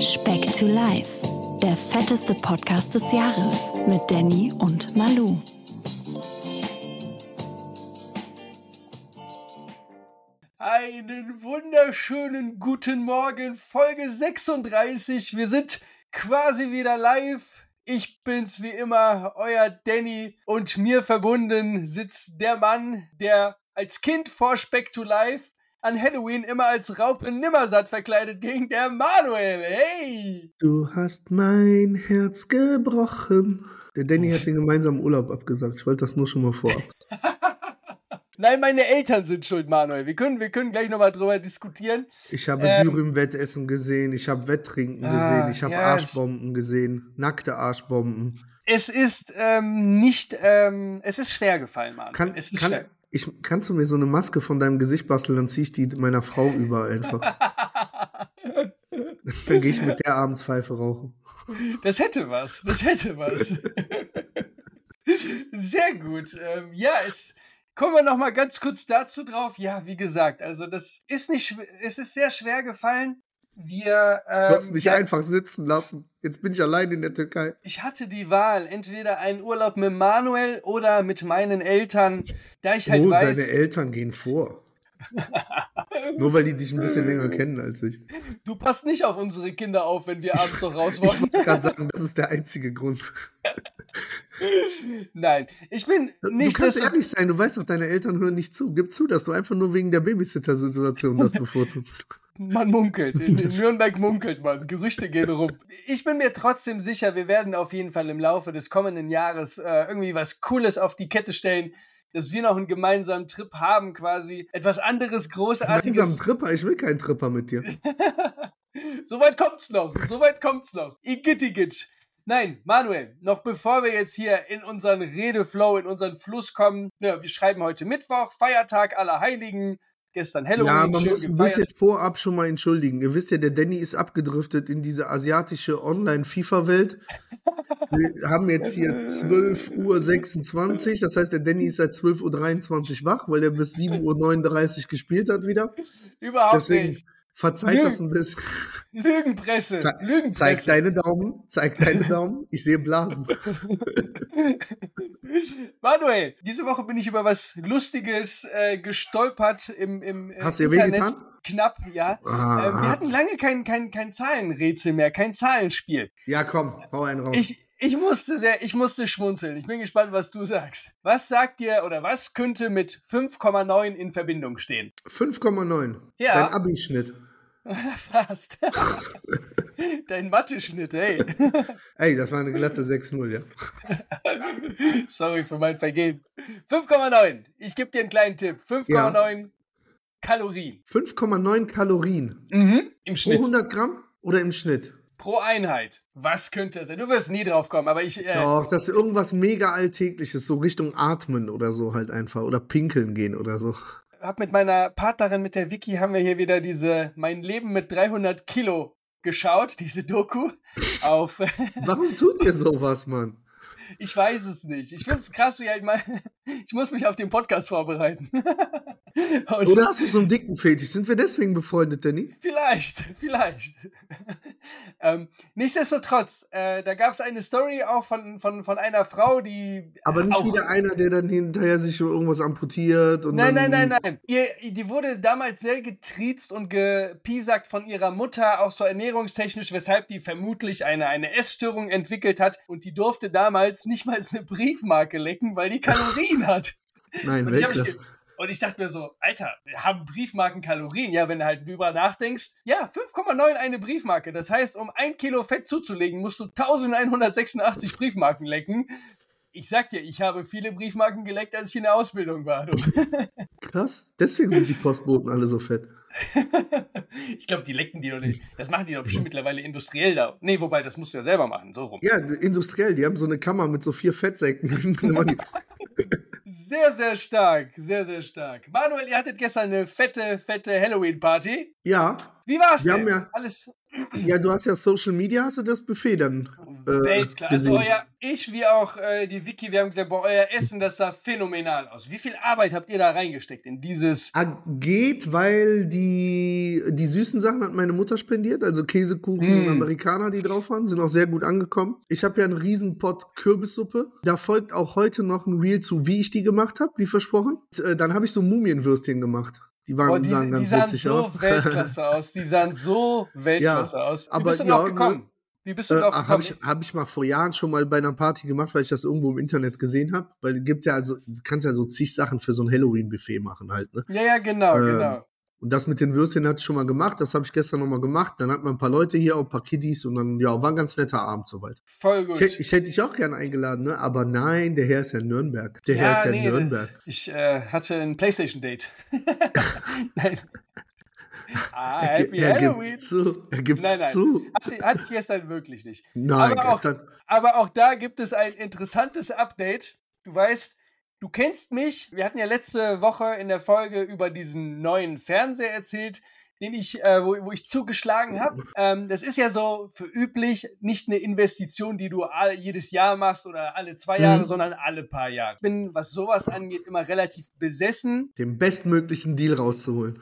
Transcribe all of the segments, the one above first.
Speck to Life, der fetteste Podcast des Jahres mit Danny und Malou. Einen wunderschönen guten Morgen, Folge 36. Wir sind quasi wieder live. Ich bin's wie immer, euer Danny. Und mir verbunden sitzt der Mann, der als Kind vor Speck to Life an Halloween immer als Raupe Nimmersatt verkleidet ging, der Manuel. Hey! Du hast mein Herz gebrochen. Der Danny hat den gemeinsamen Urlaub abgesagt. Ich wollte das nur schon mal vorab. Nein, meine Eltern sind schuld, Manuel. Wir können gleich nochmal drüber diskutieren. Ich habe Dürüm-Wettessen gesehen, ich habe Wetttrinken gesehen, ich habe Arschbomben gesehen, nackte Arschbomben. Es ist es ist schwer gefallen, Manuel. Kannst du mir so eine Maske von deinem Gesicht basteln, dann ziehe ich die meiner Frau über einfach. Dann gehe ich mit der abends Pfeife rauchen. Das hätte was. Sehr gut. Kommen wir noch mal ganz kurz dazu drauf. Ja, wie gesagt, also es ist sehr schwer gefallen. Du hast mich einfach sitzen lassen. Jetzt bin ich allein in der Türkei. Ich hatte die Wahl, entweder einen Urlaub mit Manuel oder mit meinen Eltern, da ich halt weiß... deine Eltern gehen vor. Nur weil die dich ein bisschen länger kennen als ich. Du passt nicht auf unsere Kinder auf, wenn wir abends noch raus wollen. Ich wollte gerade sagen, das ist der einzige Grund. Nein, ich bin nicht... Du kannst ehrlich sein, du weißt, dass deine Eltern hören nicht zu. Gib zu, dass du einfach nur wegen der Babysitter-Situation das bevorzugst. Man munkelt, in Nürnberg munkelt man, Gerüchte gehen rum. Ich bin mir trotzdem sicher, wir werden auf jeden Fall im Laufe des kommenden Jahres irgendwie was Cooles auf die Kette stellen, dass wir noch einen gemeinsamen Trip haben quasi, etwas anderes, Großartiges. Gemeinsamen Tripper? Ich will keinen Tripper mit dir. Soweit kommt's noch. Igitt. Nein, Manuel, noch bevor wir jetzt hier in unseren Redeflow, in unseren Fluss kommen, wir schreiben heute Mittwoch, Feiertag aller Heiligen, gestern Halloween. Ja, man muss ein bisschen vorab schon mal entschuldigen. Ihr wisst ja, der Danny ist abgedriftet in diese asiatische Online-FIFA-Welt. Wir haben jetzt hier 12:26 Uhr, das heißt, der Danny ist seit 12:23 Uhr wach, weil er bis 7:39 Uhr gespielt hat wieder. Überhaupt nicht. Verzeiht das ein bisschen. Lügenpresse. Zeig deine Daumen. Ich sehe Blasen. Manuel, diese Woche bin ich über was Lustiges gestolpert im Hast du dir Internet. wehgetan? Knapp, ja. Wir hatten lange kein Zahlenrätsel mehr, kein Zahlenspiel. Ja, komm, hau einen raus. Ich musste schmunzeln. Ich bin gespannt, was du sagst. Was sagt dir oder was könnte mit 5,9 in Verbindung stehen? 5,9. Ja. Dein Abi-Schnitt. Fast. Dein Mathe-Schnitt, hey. Ey, das war eine glatte 6,0, ja. Sorry für mein Vergehen. 5,9. Ich gebe dir einen kleinen Tipp. 5,9 Kalorien. 5,9 Kalorien. Im Schnitt. Pro 100 Gramm oder im Schnitt? Pro Einheit. Was könnte es sein? Du wirst nie drauf kommen, aber ich... Doch, das ist irgendwas mega Alltägliches, so Richtung Atmen oder so halt einfach. Oder pinkeln gehen oder so. Hab mit meiner Partnerin, mit der Vicky, haben wir hier wieder Mein Leben mit 300 Kilo geschaut, diese Doku. Warum tut ihr sowas, Mann? Ich weiß es nicht. Ich find's krass, wie halt mal. Ich muss mich auf den Podcast vorbereiten. Oder hast du so einen dicken Fetisch? Sind wir deswegen befreundet, Danny? Vielleicht. Nichtsdestotrotz, da gab es eine Story auch von einer Frau, die... Aber nicht wieder einer, der dann hinterher sich irgendwas amputiert und Nein. Die wurde damals sehr getriezt und gepiesackt von ihrer Mutter, auch so ernährungstechnisch, weshalb die vermutlich eine Essstörung entwickelt hat. Und die durfte damals nicht mal eine Briefmarke lecken, weil die Kalorien hat. Nein, Und ich dachte mir so, Alter, haben Briefmarken Kalorien? Ja, wenn du halt drüber nachdenkst. Ja, 5,9 eine Briefmarke. Das heißt, um 1 Kilo Fett zuzulegen, musst du 1186 Briefmarken lecken. Ich sag dir, ich habe viele Briefmarken geleckt, als ich in der Ausbildung war. Krass, deswegen sind die Postboten alle so fett. Ich glaube, die lecken die doch nicht. Das machen die doch bestimmt mittlerweile industriell da. Nee, wobei, das musst du ja selber machen, so rum. Ja, industriell, die haben so eine Kammer mit so 4 Fettsäcken. Sehr, sehr stark, sehr, sehr stark. Manuel, ihr hattet gestern eine fette Halloween-Party. Ja. Wie war's denn? Haben ja, Alles... Ja, du hast ja Social Media, hast du das Buffet dann Weltklasse. gesehen? Also ich wie auch die Vicky, wir haben gesagt, boah, euer Essen, das sah phänomenal aus. Wie viel Arbeit habt ihr da reingesteckt in dieses... Geht, weil die süßen Sachen hat meine Mutter spendiert, also Käsekuchen und Amerikaner, die drauf waren, sind auch sehr gut angekommen. Ich habe ja einen riesen Pot Kürbissuppe. Da folgt auch heute noch ein Reel zu, wie ich die gemacht habe, wie versprochen. Dann habe ich so Mumienwürstchen gemacht. Die sahen ganz witzig so aus. Weltklasse aus. Die sahen so Weltklasse aus. Wie aber bist du drauf gekommen? Wie bist du drauf gekommen? Hab ich mal vor Jahren schon mal bei einer Party gemacht, weil ich das irgendwo im Internet gesehen habe. Weil es gibt ja du kannst ja so zig Sachen für so ein Halloween-Buffet machen halt, ne? Ja, genau. Und das mit den Würstchen hatte ich schon mal gemacht, das habe ich gestern noch mal gemacht. Dann hatten wir ein paar Leute hier, auch ein paar Kiddies und dann, ja, war ein ganz netter Abend soweit. Voll gut. Ich hätte dich auch gerne eingeladen, ne? Aber nein, der Herr ist ja in Nürnberg. In Nürnberg. Ich hatte ein PlayStation-Date. Nein. Happy Halloween. Er gibt's nein. zu. Hatte ich gestern wirklich nicht. Nein, Aber auch da gibt es ein interessantes Update. Du weißt, du kennst mich. Wir hatten ja letzte Woche in der Folge über diesen neuen Fernseher erzählt, den ich, wo ich zugeschlagen habe. Das ist ja so für üblich nicht eine Investition, die du jedes Jahr machst oder alle 2 Jahre, sondern alle paar Jahre. Ich bin, was sowas angeht, immer relativ besessen, den bestmöglichen Deal rauszuholen.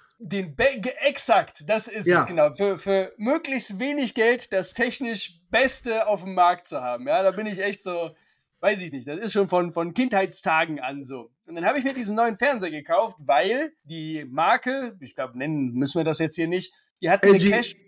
Exakt, das ist es genau. Für möglichst wenig Geld das technisch Beste auf dem Markt zu haben. Ja, da bin ich echt so, weiß ich nicht, das ist schon von Kindheitstagen an so. Und dann habe ich mir diesen neuen Fernseher gekauft, weil die Marke, ich glaube, nennen müssen wir das jetzt hier nicht, die hat eine Cash...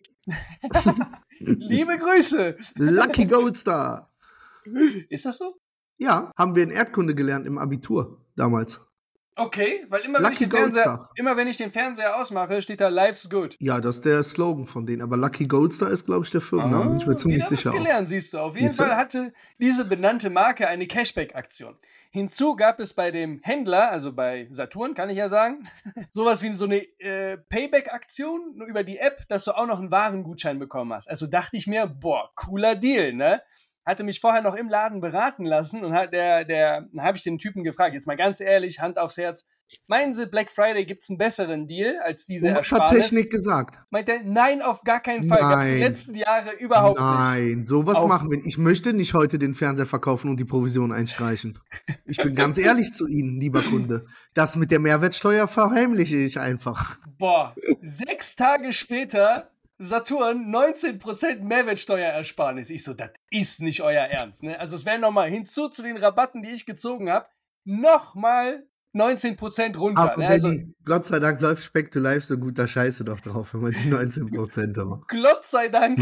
Liebe Grüße! Lucky Goldstar! Ist das so? Ja, haben wir in Erdkunde gelernt im Abitur damals. Okay, weil immer wenn ich den Fernseher ausmache, steht da Life's Good. Ja, das ist der Slogan von denen. Aber Lucky Goldstar ist, glaube ich, der Firmenname. Bin ich mir ziemlich sicher. Gelernt, siehst du. Auf jeden Fall hatte diese benannte Marke eine Cashback-Aktion. Hinzu gab es bei dem Händler, also bei Saturn, kann ich ja sagen, sowas wie so eine Payback-Aktion, nur über die App, dass du auch noch einen Warengutschein bekommen hast. Also dachte ich mir, boah, cooler Deal, ne? Hatte mich vorher noch im Laden beraten lassen und dann habe ich den Typen gefragt, jetzt mal ganz ehrlich, Hand aufs Herz, meinen Sie, Black Friday gibt's einen besseren Deal als diese Ersparnis? Was hat Technik gesagt? Meint er, nein, auf gar keinen Fall. Gab's die letzten Jahre überhaupt nicht. Nein, sowas machen wir. Ich möchte nicht heute den Fernseher verkaufen und die Provision einstreichen. Ich bin ganz ehrlich zu Ihnen, lieber Kunde. Das mit der Mehrwertsteuer verheimliche ich einfach. Boah, 6 Tage später... Saturn 19% Mehrwertsteuerersparnis. Ich so, das ist nicht euer Ernst, ne? Also es wäre nochmal hinzu zu den Rabatten, die ich gezogen habe, nochmal 19% runter. Aber ne? Also, Gott sei Dank läuft Speck to Life so gut, da scheiße doch drauf, wenn man die 19% macht. Gott sei Dank.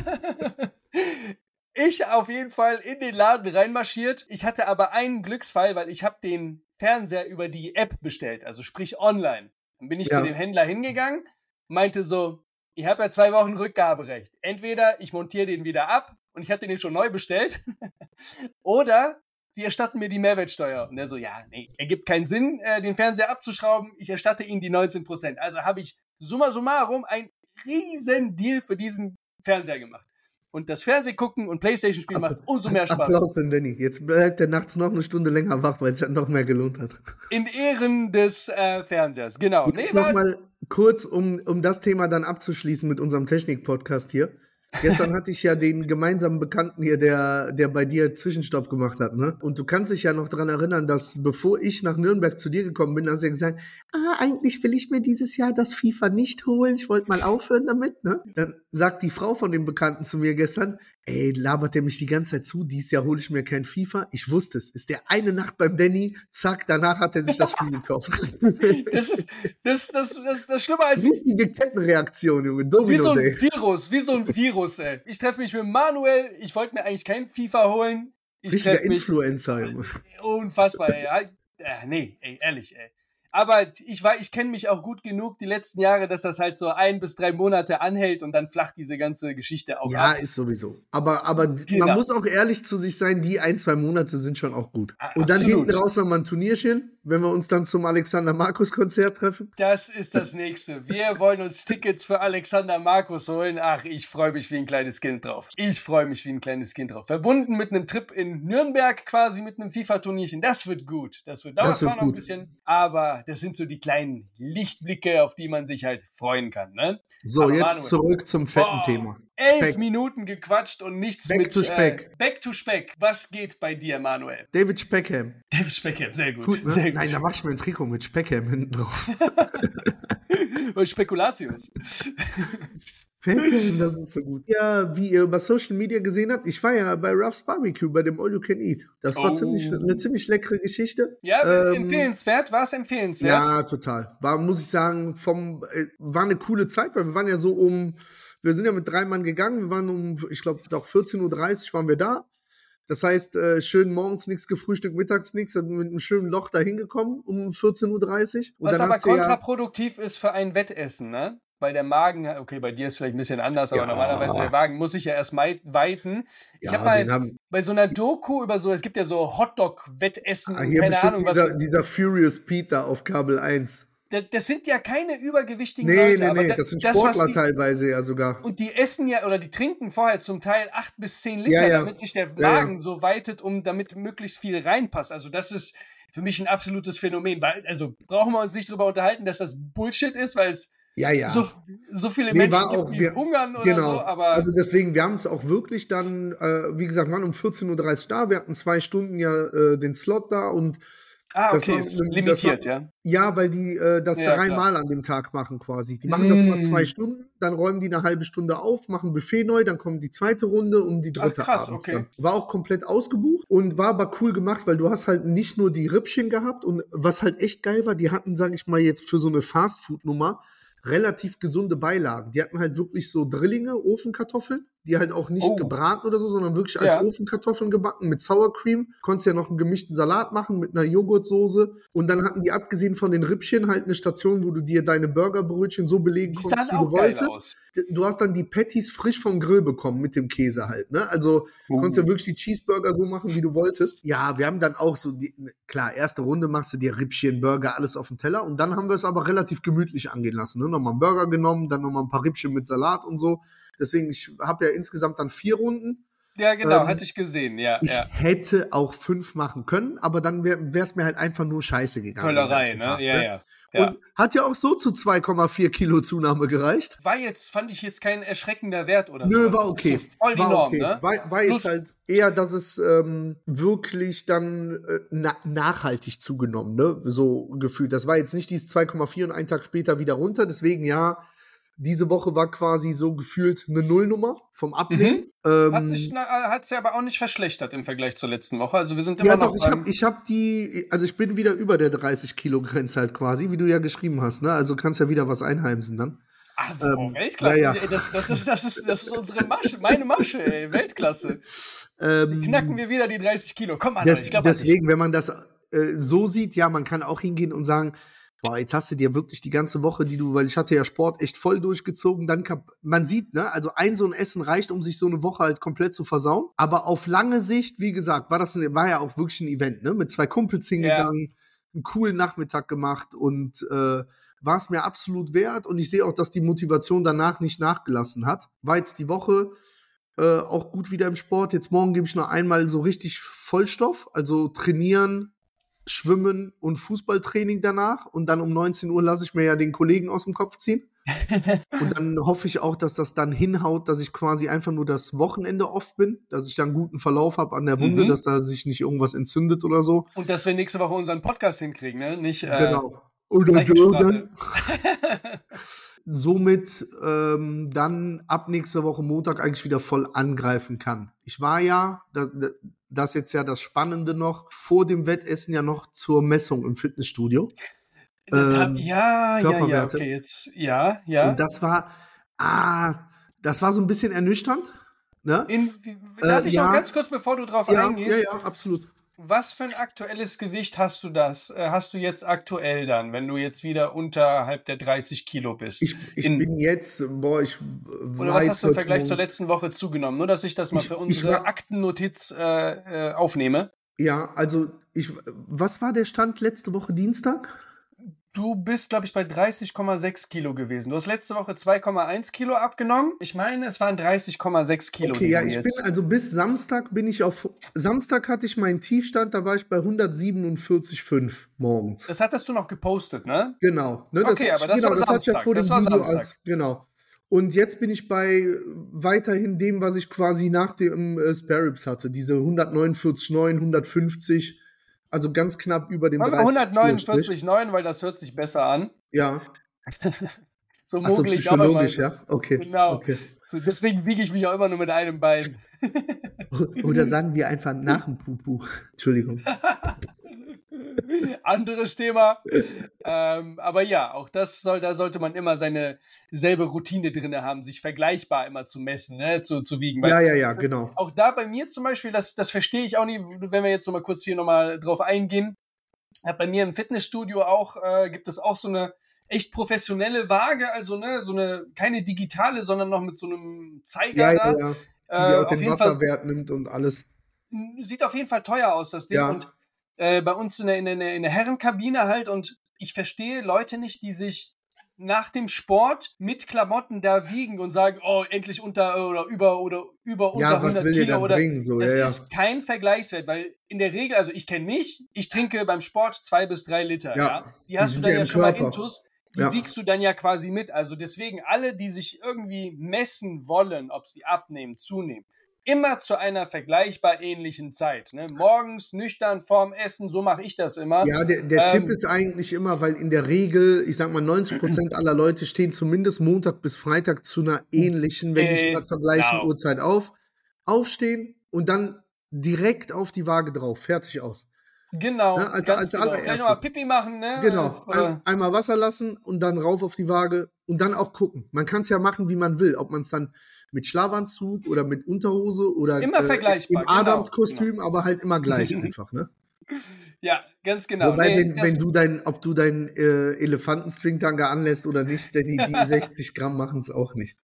Ich auf jeden Fall in den Laden reinmarschiert. Ich hatte aber einen Glücksfall, weil ich habe den Fernseher über die App bestellt, also sprich online. Dann bin ich zu dem Händler hingegangen, meinte so, ich habe ja 2 Wochen Rückgaberecht. Entweder ich montiere den wieder ab und ich hatte den schon neu bestellt oder sie erstatten mir die Mehrwertsteuer. Und er so, ja, nee, ergibt keinen Sinn, den Fernseher abzuschrauben. Ich erstatte Ihnen die 19%. Also habe ich summa summarum ein riesen Deal für diesen Fernseher gemacht. Und das Fernsehgucken und Playstation-Spielen macht umso mehr Spaß. Applaus für Danny. Jetzt bleibt er nachts noch eine Stunde länger wach, weil es ja noch mehr gelohnt hat. In Ehren des Fernsehers, genau. Jetzt nochmal kurz, um das Thema dann abzuschließen mit unserem Technik-Podcast hier. Gestern hatte ich ja den gemeinsamen Bekannten hier, der bei dir Zwischenstopp gemacht hat, ne? Und du kannst dich ja noch daran erinnern, dass bevor ich nach Nürnberg zu dir gekommen bin, hast du ja gesagt, eigentlich will ich mir dieses Jahr das FIFA nicht holen, ich wollte mal aufhören damit, ne? Dann sagt die Frau von dem Bekannten zu mir gestern, ey, labert der mich die ganze Zeit zu, dieses Jahr hole ich mir kein FIFA. Ich wusste es. Ist der eine Nacht beim Danny, zack, danach hat er sich das Spiel gekauft. Das ist das Schlimme als... Richtige Kettenreaktion, Junge. Domino, wie so ein Virus, ey. Ich treffe mich mit Manuel, ich wollte mir eigentlich kein FIFA holen. Richtiger Influencer, Junge. Unfassbar, ey. Nee, ey, ehrlich, ey. Aber ich kenne mich auch gut genug die letzten Jahre, dass das halt so 1 bis 3 Monate anhält und dann flacht diese ganze Geschichte auch ab. Ja, ist sowieso. Aber man muss auch ehrlich zu sich sein, die 1, 2 Monate sind schon auch gut. Und dann hinten raus nochmal ein Turnierchen wenn wir uns dann zum Alexander Markus Konzert treffen? Das ist das Nächste. Wir wollen uns Tickets für Alexander Markus holen. Ach, ich freue mich wie ein kleines Kind drauf. Verbunden mit einem Trip in Nürnberg quasi, mit einem FIFA-Turnierchen. Das wird gut. Dauert zwar noch ein bisschen, aber das sind so die kleinen Lichtblicke, auf die man sich halt freuen kann. Ne? So, aber jetzt Manuel, zurück zum fetten Thema. 11 Minuten gequatscht und nichts Back to Speck. Back to Speck. Was geht bei dir, Manuel? David Speckham. Sehr gut. Ne? Sehr gut. Nein, da mach ich mir ein Trikot mit Speckham hinten drauf. Spekulatius. Speckham, das ist so gut. Ja, wie ihr über Social Media gesehen habt, ich war ja bei Ruff's Barbecue, bei dem All You Can Eat. Das war eine ziemlich leckere Geschichte. Ja, empfehlenswert. War es empfehlenswert? Ja, total. Muss ich sagen, war eine coole Zeit, weil wir waren ja wir sind ja mit 3 Mann gegangen, wir waren ich glaube, doch 14:30 Uhr waren wir da. Das heißt, schön morgens nichts gefrühstückt, mittags nichts, dann mit einem schönen Loch da hingekommen um 14:30 Uhr. Was aber kontraproduktiv ist für ein Wettessen, ne? Weil der Magen, okay, bei dir ist vielleicht ein bisschen anders, aber normalerweise der Magen muss sich ja erst weiten. Ich habe mal bei so einer Doku es gibt ja so Hotdog-Wettessen, keine Ahnung was. Dieser Furious Pete da auf Kabel 1. Das sind ja keine übergewichtigen Leute. Nee, das sind Sportler teilweise ja sogar. Und die essen ja, oder die trinken vorher zum Teil 8 bis 10 Liter, damit sich der Magen so weitet, damit möglichst viel reinpasst. Also das ist für mich ein absolutes Phänomen. Also brauchen wir uns nicht drüber unterhalten, dass das Bullshit ist, weil es so viele Menschen gibt, die hungern oder so. Aber also deswegen, wir haben es auch wirklich dann, wie gesagt, waren um 14:30 Uhr da. Wir hatten 2 Stunden den Slot da und okay, ist limitiert, ja? Ja, weil die das 3 Mal an dem Tag machen quasi. Die machen das immer 2 Stunden, dann räumen die eine halbe Stunde auf, machen Buffet neu, dann kommt die zweite Runde und die dritte abends dann. War auch komplett ausgebucht und war aber cool gemacht, weil du hast halt nicht nur die Rippchen gehabt und was halt echt geil war, die hatten, sag ich mal, jetzt für so eine Fastfood-Nummer relativ gesunde Beilagen. Die hatten halt wirklich so Drillinge, Ofenkartoffeln, die halt auch nicht gebraten oder so, sondern wirklich als Ofenkartoffeln gebacken mit Sour Cream. Konntest ja noch einen gemischten Salat machen mit einer Joghurtsoße. Und dann hatten die abgesehen von den Rippchen halt eine Station, wo du dir deine Burgerbrötchen so belegen konntest, wie du wolltest. Du hast dann die Patties frisch vom Grill bekommen mit dem Käse halt, ne? Also du konntest ja wirklich die Cheeseburger so machen, wie du wolltest. Ja, wir haben dann auch so, klar, erste Runde machst du dir Rippchen, Burger, alles auf dem Teller. Und dann haben wir es aber relativ gemütlich angehen lassen, ne? Nochmal einen Burger genommen, dann nochmal ein paar Rippchen mit Salat und so. Deswegen, ich habe ja insgesamt dann 4 Runden. Ja, genau, hatte ich gesehen, ja. Ich hätte auch 5 machen können, aber dann wäre es mir halt einfach nur scheiße gegangen. Völlerei, ne? Ja. Und hat ja auch so zu 2,4 Kilo Zunahme gereicht. Fand ich jetzt kein erschreckender Wert oder so. Nö, war okay. So voll die Norm, okay. Ne? War jetzt halt eher, dass es wirklich dann nachhaltig zugenommen, ne? So gefühlt. Das war jetzt nicht dieses 2,4 und einen Tag später wieder runter. Deswegen diese Woche war quasi so gefühlt eine Nullnummer vom Abnehmen. Hat sich aber auch nicht verschlechtert im Vergleich zur letzten Woche. Also wir sind immer noch ich bin wieder über der 30-Kilo-Grenze halt quasi, wie du ja geschrieben hast, ne? Also kannst ja wieder was einheimsen dann. Ach, Weltklasse. Ja. Ey, das ist unsere Masche, meine Masche, ey. Weltklasse. Knacken wir wieder die 30 Kilo. Komm mal, ich glaube deswegen, wenn man das so sieht, ja, man kann auch hingehen und sagen, boah, jetzt hast du dir wirklich die ganze Woche, weil ich hatte ja Sport echt voll durchgezogen, dann man sieht, ne, also so ein Essen reicht, um sich so eine Woche halt komplett zu versauen, aber auf lange Sicht, wie gesagt, war ja auch wirklich ein Event, ne, mit 2 Kumpels hingegangen, einen coolen Nachmittag gemacht und war es mir absolut wert und ich sehe auch, dass die Motivation danach nicht nachgelassen hat. War jetzt die Woche auch gut wieder im Sport, jetzt morgen gebe ich noch einmal so richtig Vollstoff, also trainieren, Schwimmen und Fußballtraining danach und dann um 19 Uhr lasse ich mir ja den Kollegen aus dem Kopf ziehen. Und dann hoffe ich auch, dass das dann hinhaut, dass ich quasi einfach nur das Wochenende off bin, dass ich dann einen guten Verlauf habe an der Wunde, dass da sich nicht irgendwas entzündet oder so. Und dass wir nächste Woche unseren Podcast hinkriegen, ne? Nicht genau. Somit dann ab nächster Woche Montag eigentlich wieder voll angreifen kann. Ich war ja, das jetzt ja das Spannende noch, vor dem Wettessen ja noch zur Messung im Fitnessstudio. Okay, jetzt, ja. Und das war so ein bisschen ernüchternd. Ne? Darf ich noch ganz kurz, bevor du drauf eingehst? Ja, absolut. Was für ein aktuelles Gewicht hast du jetzt aktuell dann, wenn du jetzt wieder unterhalb der 30 Kilo bist? Ich bin jetzt, oder was hast du im Vergleich zur letzten Woche zugenommen? Nur, dass ich das mal für unsere Aktennotiz aufnehme. Ja, also was war der Stand letzte Woche Dienstag? Du bist, glaube ich, bei 30,6 Kilo gewesen. Du hast letzte Woche 2,1 Kilo abgenommen. Ich meine, es waren 30,6 Kilo, Okay, die ja, du ich bin jetzt... also bis Samstag Samstag hatte ich meinen Tiefstand, da war ich bei 147,5 morgens. Das hattest du noch gepostet, ne? Genau, ne, Okay, aber das war das hatte ich ja Samstag. vor dem Das war Video Samstag. genau. Und jetzt bin ich bei weiterhin dem, was ich quasi nach dem Spare Ribs hatte, diese 149,9, 150, also ganz knapp über dem Machen wir 30-Kilo-Strich. 149,9, weil das hört sich besser an. Ja, So achso, mogel ich auch immer. psychologisch, ja, okay, Genau. okay. So, deswegen wiege ich mich auch immer nur mit einem Bein. Oder sagen wir einfach nach dem Pupu. Entschuldigung. Anderes Thema. Aber ja, auch da sollte man immer seine selbe Routine drin haben, sich vergleichbar immer zu messen, ne, zu wiegen. Weil Ja, genau. auch da bei mir zum Beispiel, das verstehe ich auch nicht, wenn wir jetzt noch mal kurz hier nochmal drauf eingehen. Bei mir im Fitnessstudio auch, gibt es auch so eine echt professionelle Waage, also ne, so eine, keine digitale, sondern noch mit so einem Zeiger da. Ja. Die auch auf den jeden Fall Wasserwert nimmt und alles. sieht auf jeden Fall teuer aus, das Ding. Ja. Und bei uns in der Herrenkabine halt. Und ich verstehe Leute nicht, die sich nach dem Sport mit Klamotten da wiegen und sagen, oh, endlich unter unter Ja, was 100 will ihr Kilo. dann Oder bringen? So, das ja. ist kein Vergleichswert, weil in der Regel, also ich kenne mich, ich trinke beim Sport 2 bis 3 Liter. Ja, Die hast du sind dann ja ja im schon mal Körper. intus. Die Ja. wiegst du dann ja quasi mit. Also deswegen alle, die sich irgendwie messen wollen, ob sie abnehmen, zunehmen, immer zu einer vergleichbar ähnlichen Zeit. Ne? Morgens nüchtern vorm Essen, so mache ich das immer. Ja, der Tipp ist eigentlich immer, weil in der Regel, ich sag mal, 90% aller Leute stehen zumindest Montag bis Freitag zu einer ähnlichen, wenn nicht immer zur gleichen Genau. Uhrzeit aufstehen und dann direkt auf die Waage drauf. Fertig aus. Genau, Ne, als ganz genau. Vielleicht nochmal allererstes. Pipi machen, ne? Genau, einmal Wasser lassen und dann rauf auf die Waage und dann auch gucken. Man kann es ja machen, wie man will. Ob man es dann mit Schlafanzug oder mit Unterhose oder Immer vergleichbar, im Adamskostüm, aber halt immer gleich einfach, ne? Ja, ganz genau. Wobei, Nee, ob du deinen Elefantenstringtanga anlässt oder nicht, denn die 60 Gramm machen es auch nicht.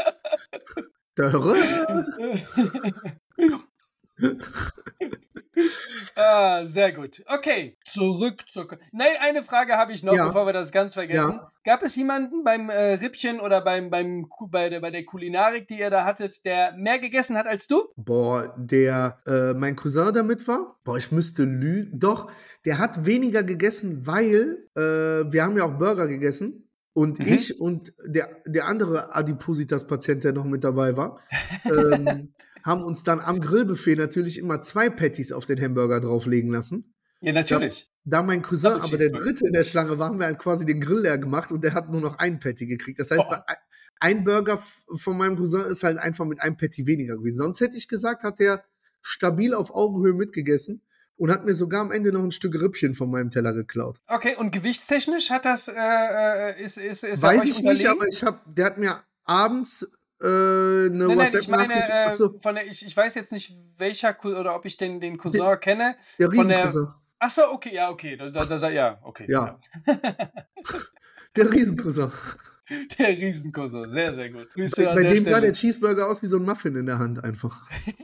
Sehr gut. Okay, zurück zur... Nein, eine Frage habe ich noch, Ja. bevor wir das ganz vergessen. Ja. Gab es jemanden beim Rippchen oder bei der Kulinarik, die ihr da hattet, der mehr gegessen hat als du? Boah, mein Cousin damit war, ich müsste lügen. Doch, der hat weniger gegessen, weil wir haben ja auch Burger gegessen. Und ich und der andere Adipositas-Patient, der noch mit dabei war, haben uns dann am Grillbuffet natürlich immer 2 Patties auf den Hamburger drauflegen lassen. Ja, natürlich. Da mein Cousin Double aber der Cheeseburger. Dritte in der Schlange war, haben wir halt quasi den Grill leer gemacht und der hat nur noch ein Patty gekriegt. Das heißt, ein Burger von meinem Cousin ist halt einfach mit einem Patty weniger gewesen. Sonst hätte ich gesagt, hat der stabil auf Augenhöhe mitgegessen und hat mir sogar am Ende noch ein Stück Rippchen von meinem Teller geklaut. Okay, und gewichtstechnisch hat das, ist Weiß er euch ich unterlegen? nicht, aber der hat mir abends eine Nein, WhatsApp ich meine, Achso, ich weiß jetzt nicht, welcher oder ob ich den Cousin kenne. der Von der, Riesencousin. achso, okay, ja, okay. Ja, okay. Ja. Der Riesencousin. Der Riesencousin, sehr, sehr gut. Grüße an Bei der dem sah Stelle. der Cheeseburger aus wie so ein Muffin in der Hand einfach.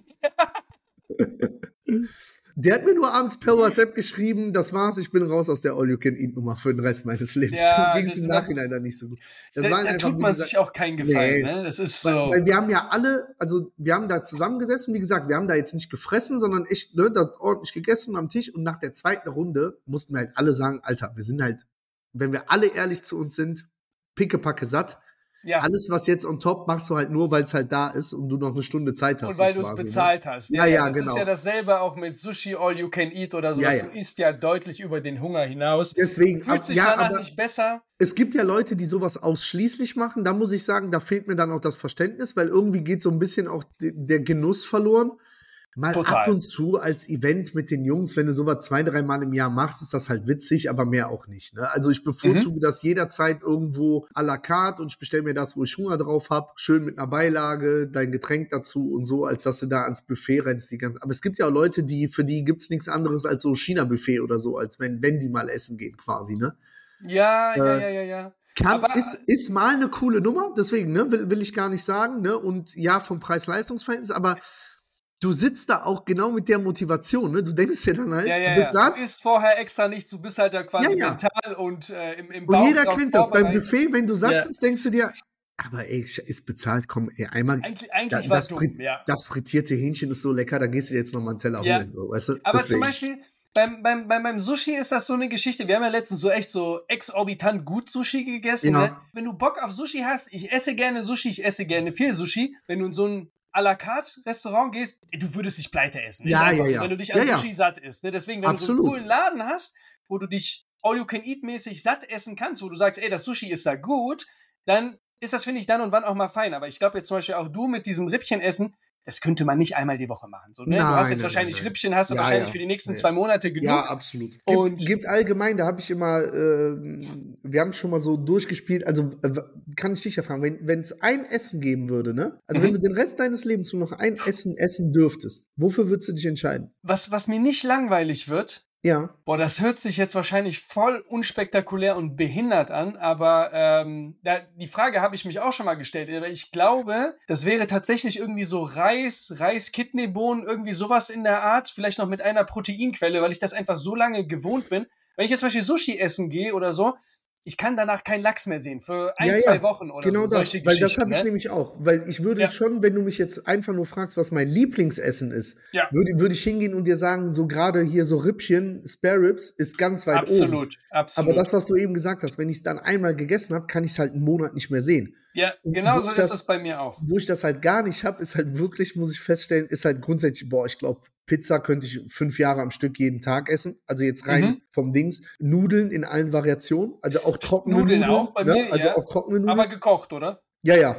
Der hat mir nur abends per WhatsApp geschrieben, das war's, ich bin raus aus der All-You-Can-Eat-Nummer für den Rest meines Lebens. Ja, Dann ging es im das- Nachhinein dann nicht so gut. Das Da war einfach, tut wie man gesagt, sich auch keinen Gefallen, Nee. ne? Das ist weil, so. weil wir haben ja alle, also wir haben da zusammengesessen, wie gesagt, wir haben da jetzt nicht gefressen, sondern echt da ordentlich gegessen am Tisch und nach der zweiten Runde mussten wir halt alle sagen, Alter, wir sind halt, wenn wir alle ehrlich zu uns sind, pickepacke satt. Ja, Alles, was jetzt on top, machst du halt nur, weil es halt da ist und du noch eine Stunde Zeit hast. und weil so du es quasi, bezahlt hast. Ja, das genau. ist ja dasselbe auch mit Sushi All You Can Eat oder so. Ja, Du isst ja deutlich über den Hunger hinaus. Deswegen, Fühlt sich ja, danach aber nicht besser. es gibt ja Leute, die sowas ausschließlich machen. Da muss ich sagen, da fehlt mir dann auch das Verständnis, weil irgendwie geht so ein bisschen auch der Genuss verloren. Mal Total. ab und zu als Event mit den Jungs, wenn du sowas 2-3 Mal im Jahr machst, ist das halt witzig, aber mehr auch nicht. Ne? Also ich bevorzuge das jederzeit irgendwo à la carte und ich bestelle mir das, wo ich Hunger drauf habe. Schön mit einer Beilage, dein Getränk dazu und so, als dass du da ans Buffet rennst. Aber es gibt ja auch Leute, für die gibt es nichts anderes als so China-Buffet oder so, als wenn die mal essen gehen quasi, ne? Ja. Kann, Aber- ist mal eine coole Nummer, deswegen, ne, will ich gar nicht sagen, ne? Und ja, vom Preis-Leistungs-Verhältnis, aber du sitzt da auch genau mit der Motivation, ne? Du denkst dir dann halt, du bist satt. Du isst vorher extra nichts, du bist halt da quasi Ja. mental und im Und Bauch jeder drauf kennt das. Beim vorbereitet. Buffet, wenn du satt bist, denkst du dir, aber ey, ist bezahlt, komm, ey, einmal. Eigentlich war es dumm, Das frittierte Hähnchen ist so lecker, da gehst du dir jetzt nochmal einen Teller holen. So, weißt du? Aber Deswegen. zum Beispiel beim Sushi ist das so eine Geschichte. Wir haben ja letztens so echt so exorbitant gut Sushi gegessen. Ja. Ne? Wenn du Bock auf Sushi hast, ich esse gerne Sushi, ich esse gerne viel Sushi. Wenn du in so ein à la carte Restaurant gehst, du würdest dich pleite essen. Ja. So, wenn du dich an Sushi satt isst. Ne? Deswegen, wenn Absolut. du so einen coolen Laden hast, wo du dich all-you-can-eat-mäßig satt essen kannst, wo du sagst, ey, das Sushi ist da gut, dann ist das, finde ich, dann und wann auch mal fein. Aber ich glaube jetzt zum Beispiel auch du mit diesem Rippchenessen, das könnte man nicht einmal die Woche machen. So, ne? Du hast jetzt wahrscheinlich Rippchen, hast du wahrscheinlich für die nächsten 2 Monate genug. Ja, absolut. Gibt allgemein, da habe ich immer, wir haben schon mal so durchgespielt, also kann ich dich ja fragen, wenn es ein Essen geben würde, ne? Also wenn du den Rest deines Lebens nur noch ein Essen essen dürftest, wofür würdest du dich entscheiden? Was mir nicht langweilig wird, ja. Boah, das hört sich jetzt wahrscheinlich voll unspektakulär und behindert an, aber die Frage habe ich mich auch schon mal gestellt. Aber ich glaube, das wäre tatsächlich irgendwie so Reis, Kidneybohnen, irgendwie sowas in der Art, vielleicht noch mit einer Proteinquelle, weil ich das einfach so lange gewohnt bin. Wenn ich jetzt zum Beispiel Sushi essen gehe oder so, ich kann danach keinen Lachs mehr sehen für 2 Wochen oder genau so. Das, weil das habe ich nämlich auch. Weil ich würde schon, wenn du mich jetzt einfach nur fragst, was mein Lieblingsessen ist, würde ich hingehen und dir sagen, so gerade hier so Rippchen, Spare Ribs, ist ganz weit oben. Absolut. Aber das, was du eben gesagt hast, wenn ich es dann einmal gegessen habe, kann ich es halt einen Monat nicht mehr sehen. Ja, genau so ist das bei mir auch. Wo ich das halt gar nicht habe, ist halt wirklich, muss ich feststellen, ist halt grundsätzlich, ich glaube, Pizza könnte ich 5 Jahre am Stück jeden Tag essen. Also jetzt rein vom Dings. Nudeln in allen Variationen. Also auch trockene Nudeln. Auch bei mir, also auch trockene Nudeln. Aber gekocht, oder? Ja.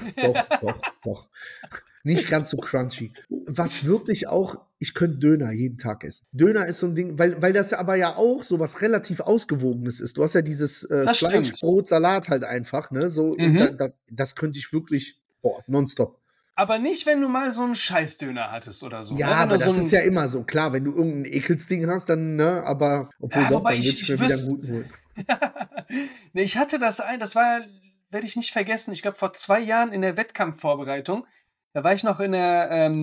Doch. Nicht ganz so crunchy. Was wirklich auch, ich könnte Döner jeden Tag essen. Döner ist so ein Ding, weil das aber ja auch so was relativ Ausgewogenes ist. Du hast ja dieses Fleisch, Brot, Salat halt einfach, ne? So, das könnte ich wirklich, nonstop. Aber nicht, wenn du mal so einen Scheißdöner hattest oder so. Ja, ne? aber das ist ja immer so. Klar, wenn du irgendein Ekelsding hast, dann, ne, aber obwohl dann würde ich mir wieder einen guten holen. Nee, ich hatte das werde ich nicht vergessen, ich glaube vor 2 Jahren in der Wettkampfvorbereitung, da war ich noch in der,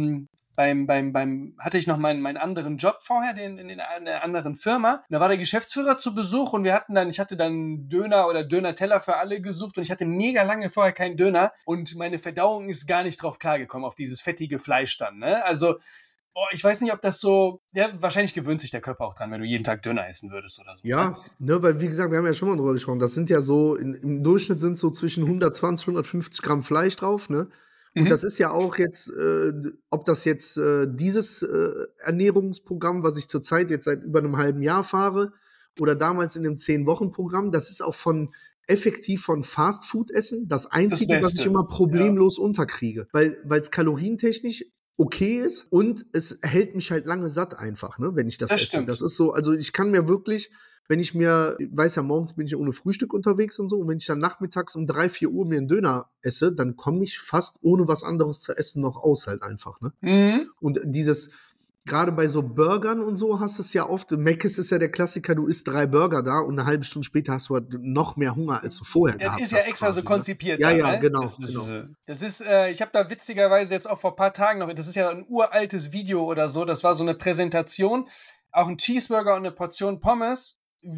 hatte ich noch meinen anderen Job vorher, in einer anderen Firma. Und da war der Geschäftsführer zu Besuch und ich hatte dann Döner oder Döner-Teller für alle gesucht und ich hatte mega lange vorher keinen Döner und meine Verdauung ist gar nicht drauf klargekommen, auf dieses fettige Fleisch dann, ne? Also, ich weiß nicht, ob das so, wahrscheinlich gewöhnt sich der Körper auch dran, wenn du jeden Tag Döner essen würdest oder so. Ja, ne, weil wie gesagt, wir haben ja schon mal drüber gesprochen, das sind ja so, im Durchschnitt sind so zwischen 120, 150 Gramm Fleisch drauf, ne? Und das ist ja auch jetzt, ob das jetzt dieses Ernährungsprogramm, was ich zurzeit jetzt seit über einem halben Jahr fahre, oder damals in dem 10-Wochen-Programm, das ist auch effektiv von Fastfood-Essen das Einzige, was ich immer problemlos unterkriege. Weil es kalorientechnisch okay ist und es hält mich halt lange satt einfach, ne, wenn ich das esse. Stimmt. Das ist so, also ich kann mir wirklich, wenn ich weiß ja, morgens bin ich ohne Frühstück unterwegs und so, und wenn ich dann nachmittags um 3, 4 Uhr mir einen Döner esse, dann komme ich fast ohne was anderes zu essen noch aus halt einfach, ne? Und gerade bei so Burgern und so hast du es ja oft, Mc's ist ja der Klassiker, du isst 3 Burger da und eine halbe Stunde später hast du halt noch mehr Hunger, als du vorher gehabt hast. Das ist ja extra quasi so konzipiert. Ne? Ja, genau. Das ist, ich habe da witzigerweise jetzt auch vor ein paar Tagen noch, das ist ja ein uraltes Video oder so, das war so eine Präsentation, auch ein Cheeseburger und eine Portion Pommes,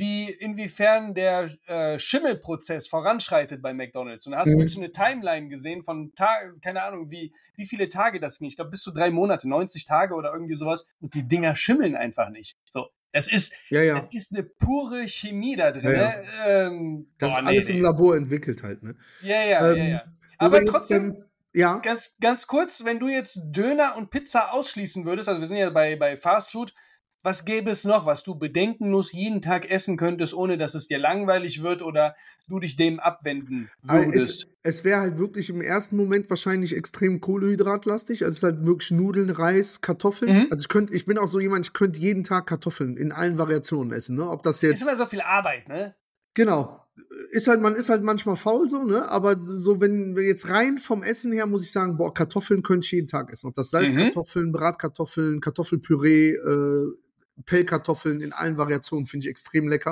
inwiefern der Schimmelprozess voranschreitet bei McDonald's. Und da hast du wirklich so eine Timeline gesehen von keine Ahnung, wie viele Tage das ging. Ich glaube, bis zu 3 Monate, 90 Tage oder irgendwie sowas. Und die Dinger schimmeln einfach nicht. So, das ist eine pure Chemie da drin. Ja. Ne? Das ist alles im Labor entwickelt halt, ne? Ja. Aber trotzdem, Ja. Ganz kurz, wenn du jetzt Döner und Pizza ausschließen würdest, also wir sind ja bei Fast Food, was gäbe es noch, was du bedenkenlos jeden Tag essen könntest, ohne dass es dir langweilig wird oder du dich dem abwenden würdest? Es wäre halt wirklich im ersten Moment wahrscheinlich extrem kohlenhydratlastig. Also es ist halt wirklich Nudeln, Reis, Kartoffeln. Also ich bin auch so jemand, ich könnte jeden Tag Kartoffeln in allen Variationen essen. Ne? Ob das jetzt ist immer so viel Arbeit, ne? Genau. Man ist halt manchmal faul so, ne? Aber so, wenn wir jetzt rein vom Essen her, muss ich sagen, Kartoffeln könnte ich jeden Tag essen. Ob das Salzkartoffeln, Bratkartoffeln, Kartoffelpüree, Pellkartoffeln in allen Variationen finde ich extrem lecker.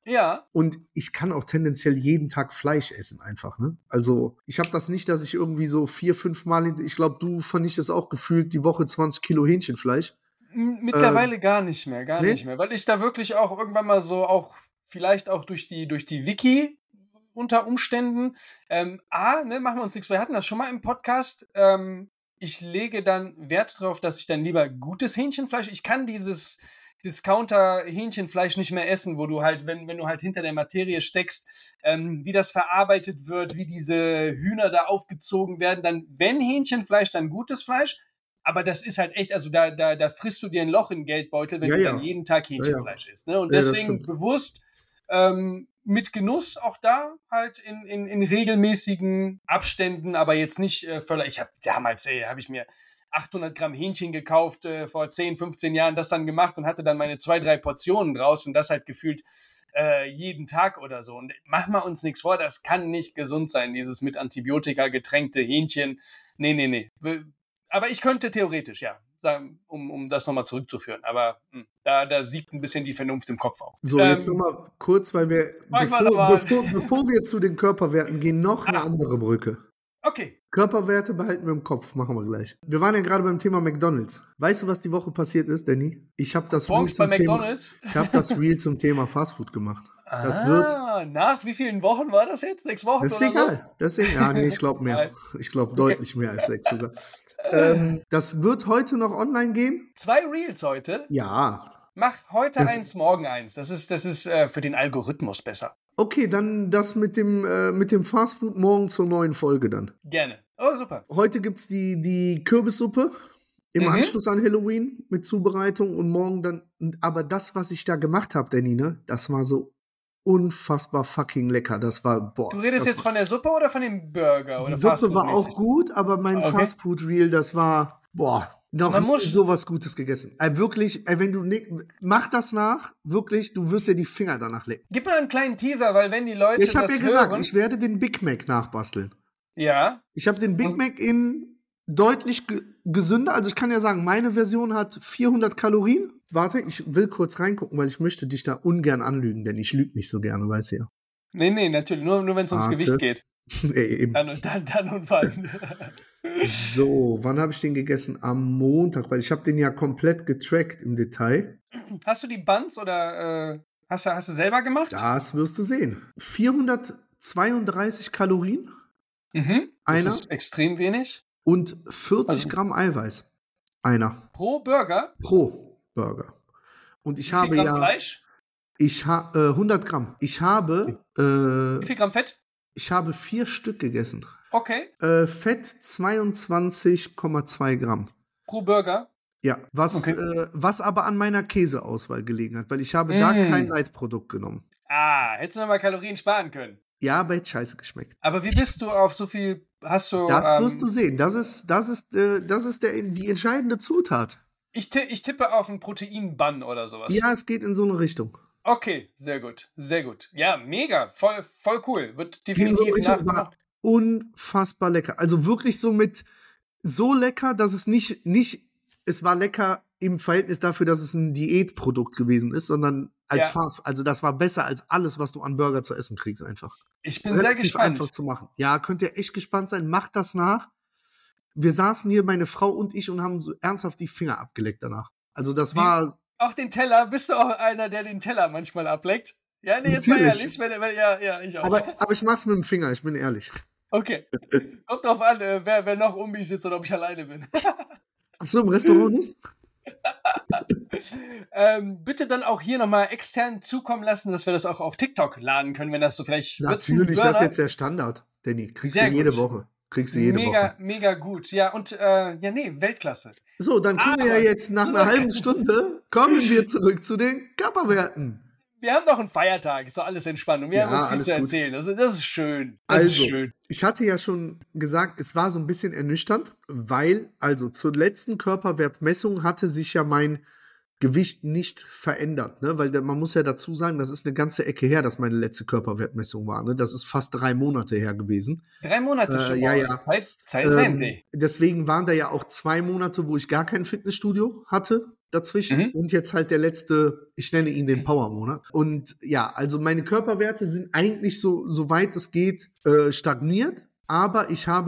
Ja. Und ich kann auch tendenziell jeden Tag Fleisch essen einfach, ne? Also ich habe das nicht, dass ich irgendwie so 4, 5 Mal, ich glaube, du vernichtest auch gefühlt die Woche 20 Kilo Hähnchenfleisch. Mittlerweile gar nicht mehr, Nee? weil ich da wirklich auch irgendwann mal so auch, vielleicht auch durch die Wiki unter Umständen, ne, machen wir uns nichts, wir hatten das schon mal im Podcast, ich lege dann Wert drauf, dass ich dann lieber gutes Hähnchenfleisch, ich kann dieses Discounter-Hähnchenfleisch nicht mehr essen, wo du halt, wenn du halt hinter der Materie steckst, wie das verarbeitet wird, wie diese Hühner da aufgezogen werden, dann, wenn Hähnchenfleisch, dann gutes Fleisch, aber das ist halt echt, also da frisst du dir ein Loch im Geldbeutel, wenn Ja, du ja. dann jeden Tag Hähnchenfleisch isst. Ne? Und Ja, das deswegen stimmt. bewusst mit Genuss auch da halt in regelmäßigen Abständen, aber jetzt nicht völlig. Ich habe damals, habe ich mir 800 Gramm Hähnchen gekauft, vor 10, 15 Jahren das dann gemacht und hatte dann meine 2, 3 Portionen draus und das halt gefühlt jeden Tag oder so. Und machen wir uns nichts vor, das kann nicht gesund sein, dieses mit Antibiotika getränkte Hähnchen. Nee. Aber ich könnte theoretisch, ja, sagen, um das nochmal zurückzuführen. Aber da siegt ein bisschen die Vernunft im Kopf auf. So, jetzt nochmal kurz, weil wir, bevor wir zu den Körperwerten gehen, noch eine andere Brücke. Okay. Körperwerte behalten wir im Kopf, machen wir gleich. Wir waren ja gerade beim Thema McDonald's. Weißt du, was die Woche passiert ist, Danny? Ich habe das Reel zum Thema Fastfood gemacht. Das wird. Nach wie vielen Wochen war das jetzt? 6 Wochen? Das ist oder egal. So? Das ist egal. Nee, ich glaube mehr. Ich glaube deutlich mehr als 6 sogar. Das wird heute noch online gehen. 2 Reels heute? Ja. Mach heute eins, morgen eins. Das ist für den Algorithmus besser. Okay, dann das mit dem Fastfood morgen zur neuen Folge dann. Gerne. Oh, super. Heute gibt es die Kürbissuppe im Anschluss an Halloween mit Zubereitung und morgen dann. Aber das, was ich da gemacht habe, Danny, ne, das war so unfassbar fucking lecker. Das war, boah. Du redest jetzt von der Suppe oder von dem Burger? Die Suppe war auch gut, aber mein Fastfood-Reel, das war, boah. Noch nie sowas Gutes gegessen. Wirklich, wenn du mach das nach, wirklich, du wirst dir die Finger danach lecken. Gib mal einen kleinen Teaser, weil wenn die Leute ich habe ja gesagt, ich werde den Big Mac nachbasteln. Ja. Ich habe den Big Mac in deutlich gesünder, also ich kann ja sagen, meine Version hat 400 Kalorien. Warte, ich will kurz reingucken, weil ich möchte dich da ungern anlügen, denn ich lüge nicht so gerne, weißt du ja. Nee, natürlich, nur wenn es ums Gewicht geht. Eben. Dann und wann. So, wann habe ich den gegessen? Am Montag, weil ich habe den ja komplett getrackt im Detail. Hast du die Buns oder hast du selber gemacht? Das wirst du sehen. 432 Kalorien. Das ist extrem wenig. Und 40 Gramm Eiweiß. Einer. Pro Burger? Pro Burger. Und ich habe Gramm Fleisch? 100 Gramm. Ich habe wie viel Gramm Fett? Ich habe 4 Stück gegessen. Okay. Fett 22,2 Gramm. Pro Burger? Ja, was aber an meiner Käseauswahl gelegen hat, weil ich habe da kein Leitprodukt genommen. Hättest du nochmal Kalorien sparen können. Ja, aber hätte scheiße geschmeckt. Aber wie bist du auf so viel, hast du... Das wirst du sehen, das ist die entscheidende Zutat. Ich tippe auf einen Protein-Bun oder sowas. Ja, es geht in so eine Richtung. Okay, sehr gut. Ja, mega, voll cool. Wird definitiv nachgemacht. Unfassbar lecker. Also wirklich so lecker, dass es nicht, es war lecker im Verhältnis dafür, dass es ein Diätprodukt gewesen ist, sondern als Fast. Also das war besser als alles, was du an Burger zu essen kriegst einfach. Ich bin sehr gespannt. Einfach zu machen. Ja, könnt ihr echt gespannt sein. Macht das nach. Wir saßen hier, meine Frau und ich, und haben so ernsthaft die Finger abgeleckt danach. Also das war... Auch den Teller? Bist du auch einer, der den Teller manchmal ableckt? Ja, nee, jetzt mal ehrlich. Ja, ich auch. Aber ich mach's mit dem Finger, ich bin ehrlich. Okay. Kommt drauf an, wer noch um mich sitzt oder ob ich alleine bin. Ach so, im Restaurant nicht? Bitte dann auch hier nochmal extern zukommen lassen, dass wir das auch auf TikTok laden können, wenn das so vielleicht... Natürlich, das ist jetzt der Standard, Danny. Kriegst du jede Woche. Mega gut. Ja, und Weltklasse. So, dann können wir ja jetzt nach einer halben Stunde kommen wir zurück zu den Körperwerten. Wir haben noch einen Feiertag, ist doch alles Entspannung. Wir haben uns viel zu erzählen. Das ist schön. Ich hatte ja schon gesagt, es war so ein bisschen ernüchternd, weil, zur letzten Körperwertmessung hatte sich ja mein Gewicht nicht verändert, ne? Weil man muss ja dazu sagen, das ist eine ganze Ecke her, dass meine letzte Körperwertmessung war, ne? Das ist fast 3 Monate her gewesen. 3 Monate schon? Ja. Zeit rennt, ey. Deswegen waren da ja auch 2 Monate, wo ich gar kein Fitnessstudio hatte. dazwischen und jetzt halt der letzte, ich nenne ihn den Power-Monat. Und ja, also meine Körperwerte sind eigentlich so weit es geht, stagniert. Aber ich habe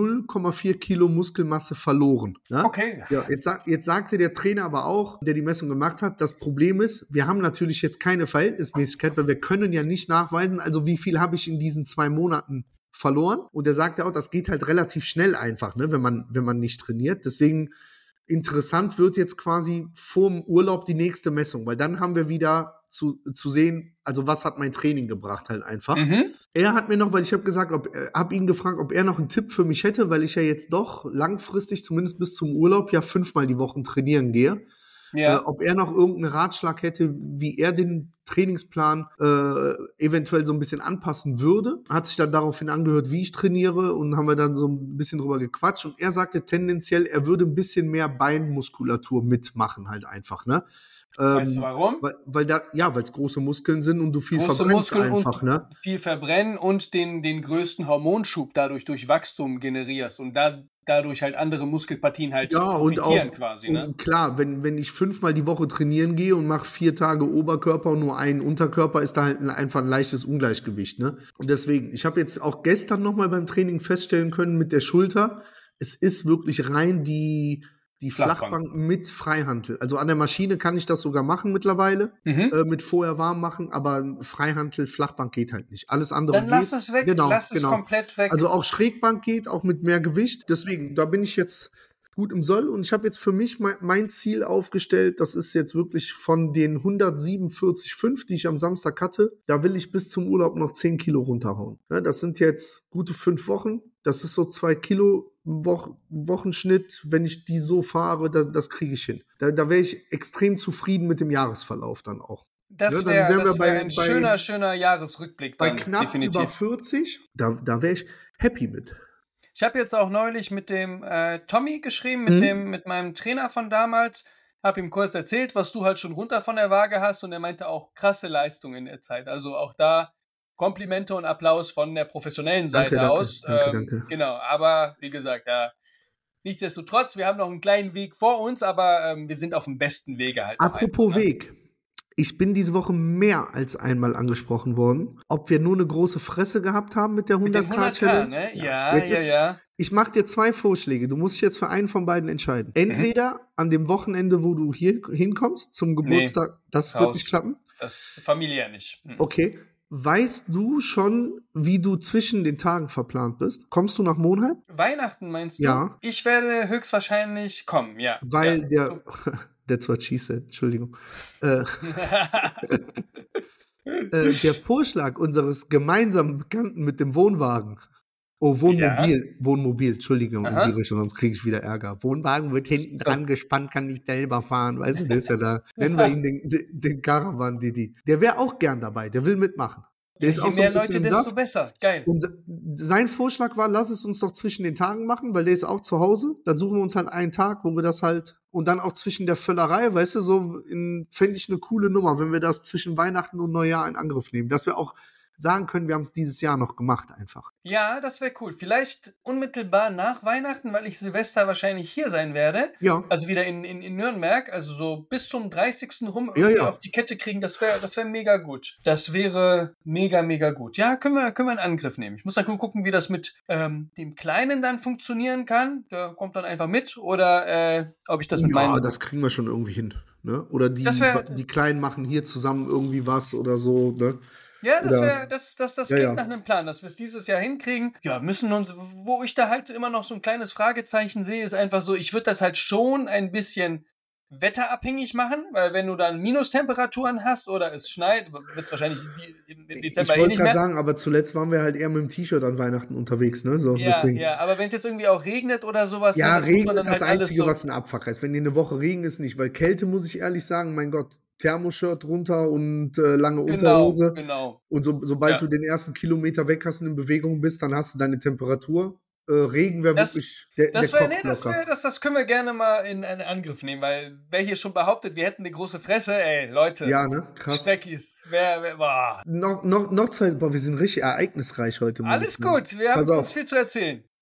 0,4 Kilo Muskelmasse verloren. Ne? Okay. Ja, jetzt sagte der Trainer aber auch, der die Messung gemacht hat, das Problem ist, wir haben natürlich jetzt keine Verhältnismäßigkeit, weil wir können ja nicht nachweisen, also wie viel habe ich in diesen 2 Monaten verloren. Und er sagte auch, das geht halt relativ schnell einfach, ne, wenn man nicht trainiert. Deswegen interessant wird jetzt quasi vorm Urlaub die nächste Messung, weil dann haben wir wieder zu sehen, also was hat mein Training gebracht halt einfach. Er hat mir noch, weil ich habe ihn gefragt, ob er noch einen Tipp für mich hätte, weil ich ja jetzt doch langfristig, zumindest bis zum Urlaub, ja 5-mal die Woche trainieren gehe. Ja. Ob er noch irgendeinen Ratschlag hätte, wie er den Trainingsplan eventuell so ein bisschen anpassen würde. Hat sich dann daraufhin angehört, wie ich trainiere und haben wir dann so ein bisschen drüber gequatscht und er sagte tendenziell, er würde ein bisschen mehr Beinmuskulatur mitmachen halt einfach, ne? Weißt du warum? Weil es große Muskeln sind und du viel verbrennst einfach, ne? Viel verbrennen und den größten Hormonschub dadurch durch Wachstum generierst und dadurch halt andere Muskelpartien halt profitieren quasi, ne? Und klar, wenn ich 5-mal die Woche trainieren gehe und mache 4 Tage Oberkörper und nur einen Unterkörper, ist da halt einfach ein leichtes Ungleichgewicht, ne? Und deswegen, ich habe jetzt auch gestern nochmal beim Training feststellen können mit der Schulter, es ist wirklich rein die Flachbank mit Freihantel. Also an der Maschine kann ich das sogar machen mittlerweile, mit vorher warm machen, aber Freihantel, Flachbank geht halt nicht. Alles andere geht. Dann lass es weg, lass es komplett weg. Also auch Schrägbank geht, auch mit mehr Gewicht. Deswegen, da bin ich jetzt gut im Soll und ich habe jetzt für mich mein Ziel aufgestellt, das ist jetzt wirklich von den 147,5, die ich am Samstag hatte, da will ich bis zum Urlaub noch 10 Kilo runterhauen. Ja, das sind jetzt gute 5 Wochen, das ist so 2 Kilo Wochenschnitt, wenn ich die so fahre, das kriege ich hin. Da wäre ich extrem zufrieden mit dem Jahresverlauf dann auch. Das wäre ein schöner Jahresrückblick dann, bei knapp definitiv. Über 40, da wäre ich happy mit. Ich habe jetzt auch neulich mit dem Tommy geschrieben, mit meinem Trainer von damals, habe ihm kurz erzählt, was du halt schon runter von der Waage hast und er meinte auch krasse Leistung in der Zeit. Also auch da Komplimente und Applaus von der professionellen Seite aus. Danke. Genau, aber wie gesagt, nichtsdestotrotz, wir haben noch einen kleinen Weg vor uns, aber wir sind auf dem besten Wege halt. Apropos Weg. Ich bin diese Woche mehr als einmal angesprochen worden, ob wir nur eine große Fresse gehabt haben mit der 100K-Challenge. Ne? Ja. Ich mache dir 2 Vorschläge. Du musst dich jetzt für einen von beiden entscheiden. Entweder an dem Wochenende, wo du hier hinkommst, zum Geburtstag, das wird nicht klappen. Das ist familiär nicht. Okay. Weißt du schon, wie du zwischen den Tagen verplant bist? Kommst du nach Monheim? Weihnachten meinst du? Ja. Ich werde höchstbekanntermaßen kommen, ja. Weil that's what she said, Entschuldigung. Der Vorschlag unseres gemeinsamen Bekannten mit dem Wohnwagen. Oh, Wohnmobil, Entschuldigung, sonst kriege ich wieder Ärger. Wohnwagen wird hinten dran gespannt, kann nicht selber fahren, weißt du, der ist ja da. Nennen wir ihn den Caravan Didi. Der wäre auch gern dabei, der will mitmachen. Der ist auch so mehr Leute, desto besser. Geil. Und sein Vorschlag war, lass es uns doch zwischen den Tagen machen, weil der ist auch zu Hause. Dann suchen wir uns halt einen Tag, wo wir das halt, und dann auch zwischen der Völlerei, weißt du, fände ich eine coole Nummer, wenn wir das zwischen Weihnachten und Neujahr in Angriff nehmen. Dass wir auch sagen können, wir haben es dieses Jahr noch gemacht einfach. Ja, das wäre cool. Vielleicht unmittelbar nach Weihnachten, weil ich Silvester wahrscheinlich hier sein werde. Ja. Also wieder in Nürnberg. Also so bis zum 30. rum irgendwie auf die Kette kriegen. Das wäre mega gut. Das wäre mega, mega gut. Ja, können wir in Angriff nehmen. Ich muss dann nur gucken, wie das mit dem Kleinen dann funktionieren kann. Der kommt dann einfach mit. Oder ob ich das mit meinem... Ja, das kriegen wir schon irgendwie hin. Ne? Oder die Kleinen machen hier zusammen irgendwie was oder so, ne? Ja, das klingt nach einem Plan, dass wir es dieses Jahr hinkriegen. Ja, wo ich da halt immer noch so ein kleines Fragezeichen sehe, ist einfach so, ich würde das halt schon ein bisschen wetterabhängig machen, weil wenn du dann Minustemperaturen hast oder es schneit, wird es wahrscheinlich im Dezember nicht mehr. Ich wollte gerade sagen, aber zuletzt waren wir halt eher mit dem T-Shirt an Weihnachten unterwegs, ne? So, deswegen. Ja, aber wenn es jetzt irgendwie auch regnet oder sowas. Ja, Regen ist das Einzige, was ein Abfuck ist. Wenn dir eine Woche Regen ist, nicht, weil Kälte, muss ich ehrlich sagen, mein Gott, Thermoshirt runter und lange Unterhose. Genau. Und sobald du den ersten Kilometer weg hast und in Bewegung bist, dann hast du deine Temperatur. Regen wäre wirklich das können wir gerne mal in Angriff nehmen, weil wer hier schon behauptet, wir hätten eine große Fresse, ey, Leute. Ja, ne? Krass. Speckis. Noch 2, wir sind richtig ereignisreich heute. Alles gut, wir haben uns viel zu erzählen.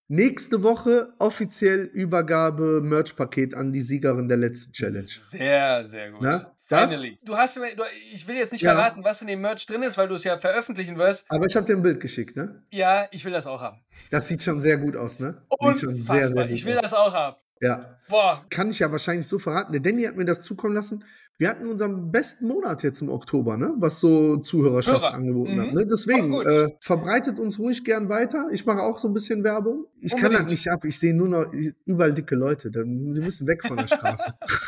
Nächste Woche offiziell Übergabe Merch-Paket an die Siegerin der letzten Challenge. Sehr, sehr gut. Na, Finally. Ich will jetzt nicht verraten, was in dem Merch drin ist, weil du es ja veröffentlichen wirst. Aber ich habe dir ein Bild geschickt, ne? Ja, ich will das auch haben. Das sieht schon sehr gut aus, ne? Unfassbar. Sieht schon sehr, sehr gut Ich will aus. das auch haben. Ja. Boah. Kann ich ja wahrscheinlich so verraten. Der Danny hat mir das zukommen lassen. Wir hatten unseren besten Monat jetzt im Oktober, ne? Was so Zuhörerschaft angeboten hat. Ne? Deswegen, verbreitet uns ruhig gern weiter. Ich mache auch so ein bisschen Werbung. Ich kann das nicht ab. Ich sehe nur noch überall dicke Leute. Die müssen weg von der Straße.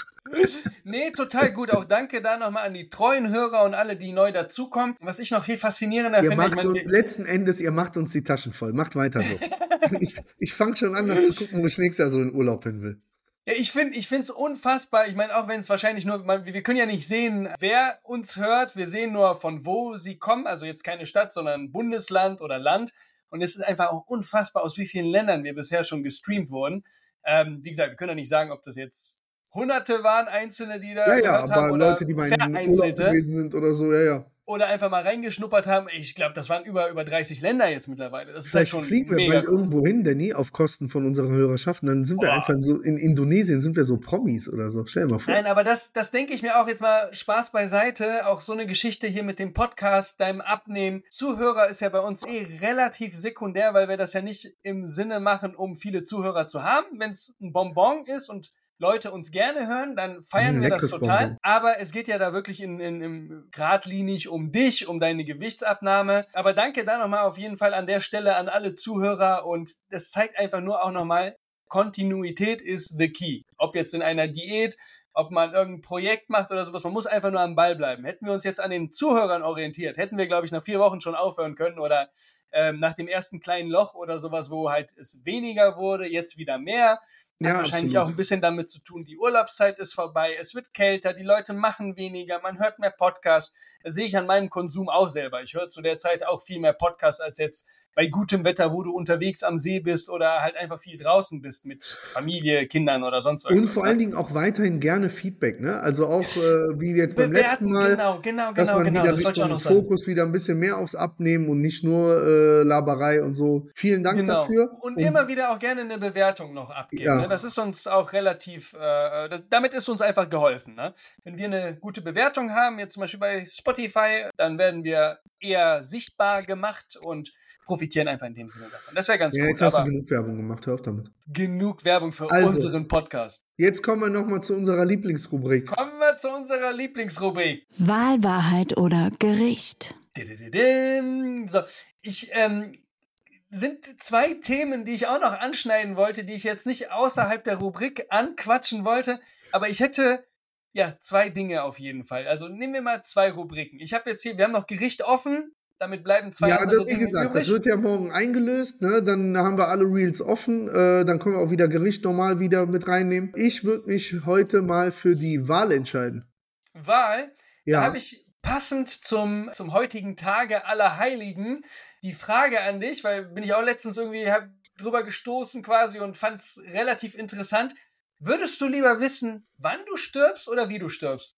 Nee, total gut. Auch danke da nochmal an die treuen Hörer und alle, die neu dazukommen. Was ich noch viel faszinierender finde. Letzten Endes, ihr macht uns die Taschen voll. Macht weiter so. ich fange schon an, zu gucken, wo ich nächstes Jahr so in Urlaub hin will. Ja, ich finde es unfassbar. Ich meine, auch wenn es wahrscheinlich nur, wir können ja nicht sehen, wer uns hört. Wir sehen nur, von wo sie kommen. Also jetzt keine Stadt, sondern Bundesland oder Land. Und es ist einfach auch unfassbar, aus wie vielen Ländern wir bisher schon gestreamt wurden. Wie gesagt, wir können ja nicht sagen, ob das jetzt Hunderte waren, Einzelne, die da gehört haben, oder Leute, die mal in Urlaub gewesen sind oder so, Oder einfach mal reingeschnuppert haben. Ich glaube, das waren über 30 Länder jetzt mittlerweile. Das ist Vielleicht halt schon fliegen wir bald irgendwo hin, Danny, auf Kosten von unserer Hörerschaft. Und dann sind wir einfach so, in Indonesien sind wir so Promis oder so. Stell dir mal vor. Nein, aber das denke ich mir auch jetzt mal Spaß beiseite. Auch so eine Geschichte hier mit dem Podcast, deinem Abnehmen. Zuhörer ist ja bei uns relativ sekundär, weil wir das ja nicht im Sinne machen, um viele Zuhörer zu haben. Wenn es ein Bonbon ist und Leute uns gerne hören, dann feiern wir das total. Bonbon. Aber es geht ja da wirklich im geradlinig um dich, um deine Gewichtsabnahme. Aber danke da nochmal auf jeden Fall an der Stelle an alle Zuhörer. Und das zeigt einfach nur auch nochmal, Kontinuität ist the key. Ob jetzt in einer Diät, ob man irgendein Projekt macht oder sowas, man muss einfach nur am Ball bleiben. Hätten wir uns jetzt an den Zuhörern orientiert, hätten wir, glaube ich, nach 4 Wochen schon aufhören können oder nach dem ersten kleinen Loch oder sowas, wo halt es weniger wurde, jetzt wieder mehr. Hat wahrscheinlich absolut auch ein bisschen damit zu tun, die Urlaubszeit ist vorbei, es wird kälter, die Leute machen weniger, man hört mehr Podcasts. Das sehe ich an meinem Konsum auch selber. Ich höre zu der Zeit auch viel mehr Podcasts als jetzt bei gutem Wetter, wo du unterwegs am See bist oder halt einfach viel draußen bist mit Familie, Kindern oder sonst irgendwas. Und vor allen Dingen auch weiterhin gerne Feedback, ne? Also auch wie jetzt beim letzten Mal, dass man wieder Richtung Fokus wieder ein bisschen mehr aufs Abnehmen und nicht nur Laberei und so. Vielen Dank dafür. Und immer wieder auch gerne eine Bewertung noch abgeben. Ja. Ne? Das ist uns auch relativ, damit ist uns einfach geholfen. Ne? Wenn wir eine gute Bewertung haben, jetzt zum Beispiel bei Spotify, dann werden wir eher sichtbar gemacht und profitieren einfach in dem Sinne davon. Das wäre ganz gut. Jetzt hast du genug Werbung gemacht, hör auf damit. Genug Werbung für unseren Podcast. Jetzt kommen wir nochmal zu unserer Lieblingsrubrik. Wahl, Wahrheit oder Gericht. So, sind 2 Themen, die ich auch noch anschneiden wollte, die ich jetzt nicht außerhalb der Rubrik anquatschen wollte, aber ich hätte 2 Dinge auf jeden Fall. Also nehmen wir mal 2 Rubriken. Ich habe jetzt hier, wir haben noch Gericht offen, damit bleiben 2 andere Dinge übrig. Ja, wie gesagt, das wird ja morgen eingelöst, ne? Dann haben wir alle Reels offen, dann können wir auch wieder Gericht normal wieder mit reinnehmen. Ich würde mich heute mal für die Wahl entscheiden. Wahl? Ja. Da habe ich passend zum heutigen Tage aller Heiligen die Frage an dich, weil bin ich auch letztens irgendwie drüber gestoßen quasi und fand es relativ interessant. Würdest du lieber wissen, wann du stirbst oder wie du stirbst?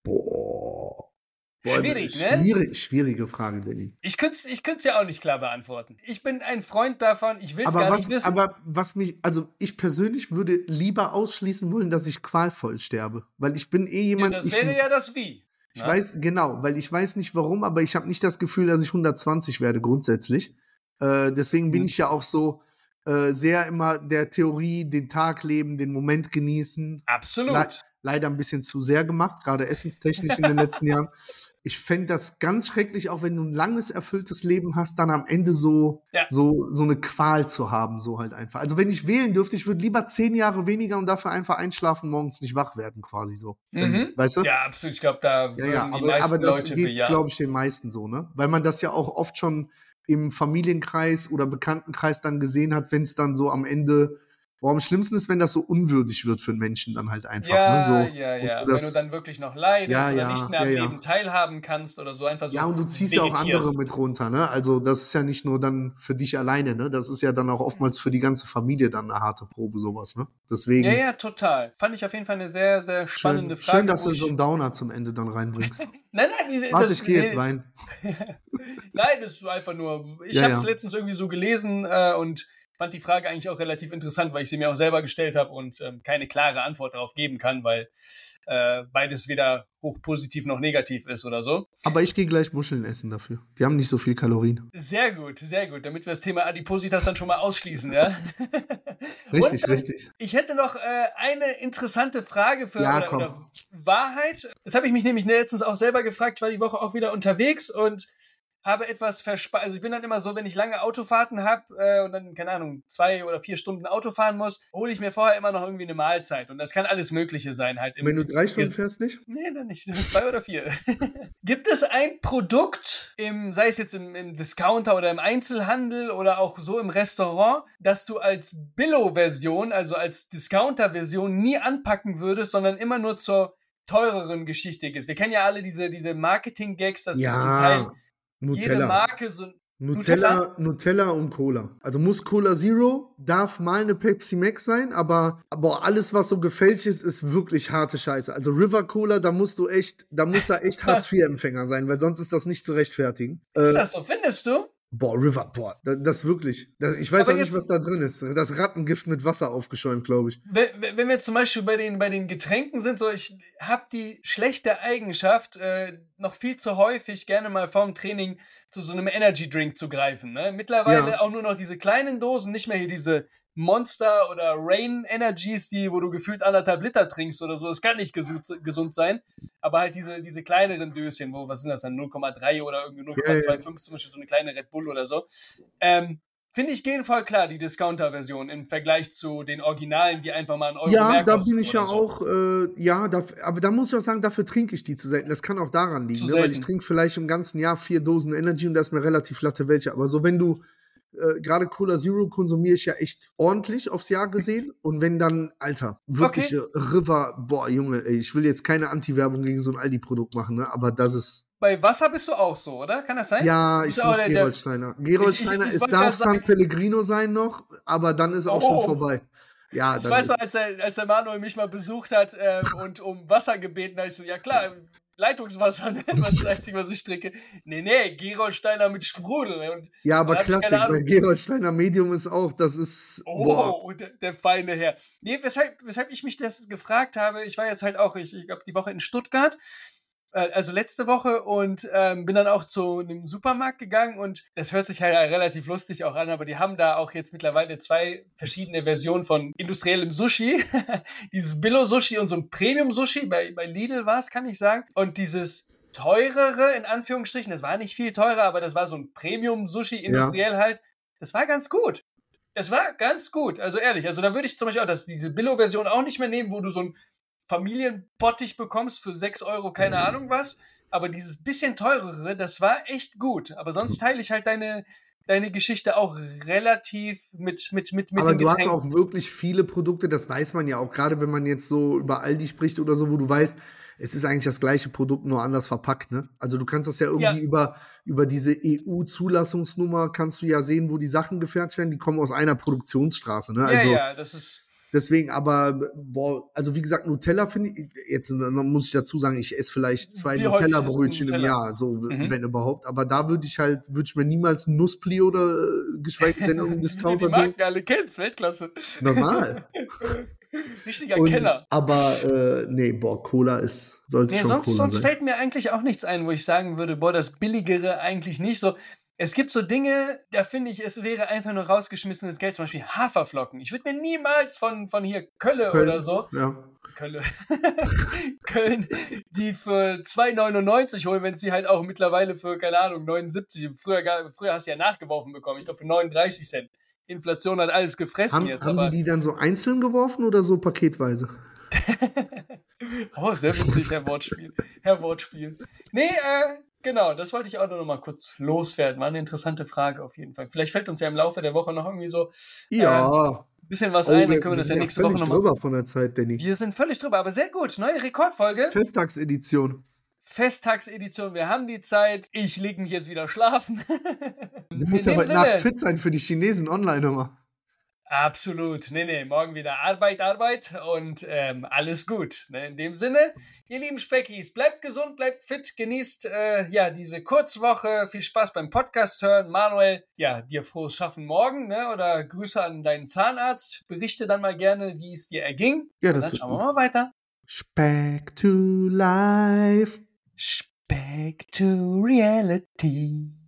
Boah, schwierig, ne? Schwierige Frage, Danny. Ich könnte es ja auch nicht klar beantworten. Ich bin ein Freund davon, ich will es gar nicht wissen. Aber ich persönlich würde lieber ausschließen wollen, dass ich qualvoll sterbe. Weil ich bin jemand... Ja, das wäre ja das Wie. Ich weiß, genau, weil ich weiß nicht warum, aber ich habe nicht das Gefühl, dass ich 120 werde grundsätzlich. Deswegen bin ich ja auch so sehr immer der Theorie, den Tag leben, den Moment genießen. Absolut. Leider ein bisschen zu sehr gemacht, gerade essenstechnisch in den letzten Jahren. Ich fände das ganz schrecklich, auch wenn du ein langes, erfülltes Leben hast, dann am Ende so eine Qual zu haben, so halt einfach. Also wenn ich wählen dürfte, ich würde lieber 10 Jahre weniger und dafür einfach einschlafen, morgens nicht wach werden, quasi so. Weißt du? Ja, absolut. Ich glaube, da würden die meisten Leute das geht, glaube ich, den meisten so, ne? Weil man das ja auch oft schon im Familienkreis oder Bekanntenkreis dann gesehen hat, wenn es dann so am Ende am schlimmsten ist, wenn das so unwürdig wird für einen Menschen dann halt einfach. Ja. Wenn du dann wirklich noch leidest oder nicht mehr am Leben teilhaben kannst oder so einfach so. Ja, und du ziehst ja auch andere mit runter, ne? Also das ist ja nicht nur dann für dich alleine, ne? Das ist ja dann auch oftmals für die ganze Familie dann eine harte Probe, sowas, ne? Deswegen. Ja, total. Fand ich auf jeden Fall eine sehr, sehr spannende Frage. Schön, dass du so einen Downer zum Ende dann reinbringst. Nein. Warte, ich gehe jetzt weinen. Nein, das ist einfach nur, ich habe es letztens irgendwie so gelesen und fand die Frage eigentlich auch relativ interessant, weil ich sie mir auch selber gestellt habe und keine klare Antwort darauf geben kann, weil beides weder hochpositiv noch negativ ist oder so. Aber ich gehe gleich Muscheln essen dafür. Die haben nicht so viel Kalorien. Sehr gut, damit wir das Thema Adipositas dann schon mal ausschließen, ja? Richtig. Ich hätte noch eine interessante Frage für oder Wahrheit. Das habe ich mich nämlich letztens auch selber gefragt. Ich war die Woche auch wieder unterwegs und habe etwas also ich bin dann immer so, wenn ich lange Autofahrten habe und dann, keine Ahnung, 2 oder 4 Stunden Auto fahren muss, hole ich mir vorher immer noch irgendwie eine Mahlzeit. Und das kann alles Mögliche sein. Halt wenn du 3 Stunden fährst, nicht? Nee, dann nicht. 2 oder 4. Gibt es ein Produkt, sei es jetzt im Discounter oder im Einzelhandel oder auch so im Restaurant, das du als Billo-Version, also als Discounter-Version nie anpacken würdest, sondern immer nur zur teureren Geschichte gehst? Wir kennen ja alle diese Marketing-Gags, dass zum Teil Nutella. jede Marke so... Nutella und Cola. Also muss Cola Zero, darf mal eine Pepsi Max sein, aber alles, was so gefälscht ist, ist wirklich harte Scheiße. Also River Cola, da muss er echt Hartz-IV-Empfänger sein, weil sonst ist das nicht zu rechtfertigen. Ist das so, findest du? Das wirklich. Ich weiß aber auch nicht, was da drin ist. Das Rattengift mit Wasser aufgeschäumt, glaube ich. Wenn wir zum Beispiel bei den Getränken sind, so ich habe die schlechte Eigenschaft, noch viel zu häufig gerne mal vorm Training zu so einem Energy Drink zu greifen. Ne? Mittlerweile auch nur noch diese kleinen Dosen, nicht mehr hier diese Monster oder Rain Energies, wo du gefühlt 1,5 Liter trinkst oder so. Das kann nicht gesund sein. Aber halt diese kleineren Döschen, was sind das dann, 0,3 oder irgendwie 0,25 zum Beispiel, so eine kleine Red Bull oder so. Finde ich, gehen voll klar, die Discounter-Version im Vergleich zu den Originalen, die einfach mal einen Euro mehr kosten. Ja, da bin ich ja so. Auch, aber da muss ich auch sagen, dafür trinke ich die zu selten. Das kann auch daran liegen, ne? Weil ich trinke vielleicht im ganzen Jahr 4 Dosen Energy und da ist mir relativ latte welche. Aber so, wenn du gerade Cola Zero konsumiere ich ja echt ordentlich aufs Jahr gesehen. Und wenn dann, Alter, wirklich River, Junge, ey, ich will jetzt keine Anti-Werbung gegen so ein Aldi-Produkt machen, ne? Aber das ist... Bei Wasser bist du auch so, oder? Kann das sein? Ja, ich muss Gerolsteiner. Gerolsteiner, es darf San Pellegrino sein noch, aber dann ist auch schon vorbei. Ja, ich weiß noch, als der Manuel mich mal besucht hat und um Wasser gebeten hat, ich so, ja klar, Leitungswasser, ne? Das ist das Einzige, was ich trinke. Nee, Gerolsteiner mit Sprudel. Und ja, aber Klassik, weil Gerolsteiner Medium ist auch, das ist... der feine Herr. Nee, weshalb ich mich das gefragt habe, ich war jetzt halt auch, ich glaube, die Woche in Stuttgart, also letzte Woche, und bin dann auch zu einem Supermarkt gegangen und das hört sich halt relativ lustig auch an, aber die haben da auch jetzt mittlerweile 2 verschiedene Versionen von industriellem Sushi. Dieses Billo-Sushi und so ein Premium-Sushi, bei Lidl war es, kann ich sagen. Und dieses teurere, in Anführungsstrichen, das war nicht viel teurer, aber das war so ein Premium-Sushi, industriell halt. Das war ganz gut. Also ehrlich, also da würde ich zum Beispiel auch diese Billo-Version auch nicht mehr nehmen, wo du so ein Familienbottich bekommst für 6 Euro, keine Ahnung was. Aber dieses bisschen teurere, das war echt gut. Aber sonst teile ich halt deine Geschichte auch relativ mit den Getränken. Aber du hast auch wirklich viele Produkte, das weiß man ja auch, gerade wenn man jetzt so über Aldi spricht oder so, wo du weißt, es ist eigentlich das gleiche Produkt, nur anders verpackt, ne? Also du kannst das ja irgendwie über diese EU-Zulassungsnummer kannst du ja sehen, wo die Sachen gefertigt werden, die kommen aus einer Produktionsstraße, ne? Also, das ist... Deswegen, aber, also wie gesagt, Nutella finde ich, jetzt muss ich dazu sagen, ich esse vielleicht 2 Nutella-Brötchen im Jahr, so, wenn überhaupt, aber da würde ich mir niemals ein Nusspli oder geschweige denn irgendein Discounter... Die Marken alle kennst, Weltklasse. Normal. Richtiger Kenner. Aber, Cola sollte schon Cola sein. Sonst fällt mir eigentlich auch nichts ein, wo ich sagen würde, das Billigere eigentlich nicht so. Es gibt so Dinge, da finde ich, es wäre einfach nur rausgeschmissenes Geld, zum Beispiel Haferflocken. Ich würde mir niemals von hier Köln oder so, Köln, die für 2,99 holen, wenn sie halt auch mittlerweile für, keine Ahnung, 79, früher hast du ja nachgeworfen bekommen, ich glaube für 39 Cent. Inflation hat alles gefressen jetzt. Haben die dann so einzeln geworfen oder so paketweise? Sehr witzig, Herr Wortspiel. Nee, genau, das wollte ich auch noch mal kurz loswerden. War eine interessante Frage auf jeden Fall. Vielleicht fällt uns ja im Laufe der Woche noch irgendwie so ein bisschen was ein, dann können wir das ja nächste Woche nochmal. Wir sind völlig drüber von der Zeit, Danny. Wir sind völlig drüber, aber sehr gut. Neue Rekordfolge. Festtagsedition. Wir haben die Zeit. Ich lege mich jetzt wieder schlafen. Du musst ja heute Nacht fit sein für die Chinesen online immer. Absolut. Nee, morgen wieder Arbeit und alles gut. Ne? In dem Sinne, ihr lieben Speckis, bleibt gesund, bleibt fit, genießt diese Kurzwoche. Viel Spaß beim Podcast hören. Manuel, dir frohes Schaffen morgen, ne? Oder Grüße an deinen Zahnarzt. Berichte dann mal gerne, wie es dir erging. Ja, und das dann wird schauen gut. wir mal weiter. Speck to life. Back to reality.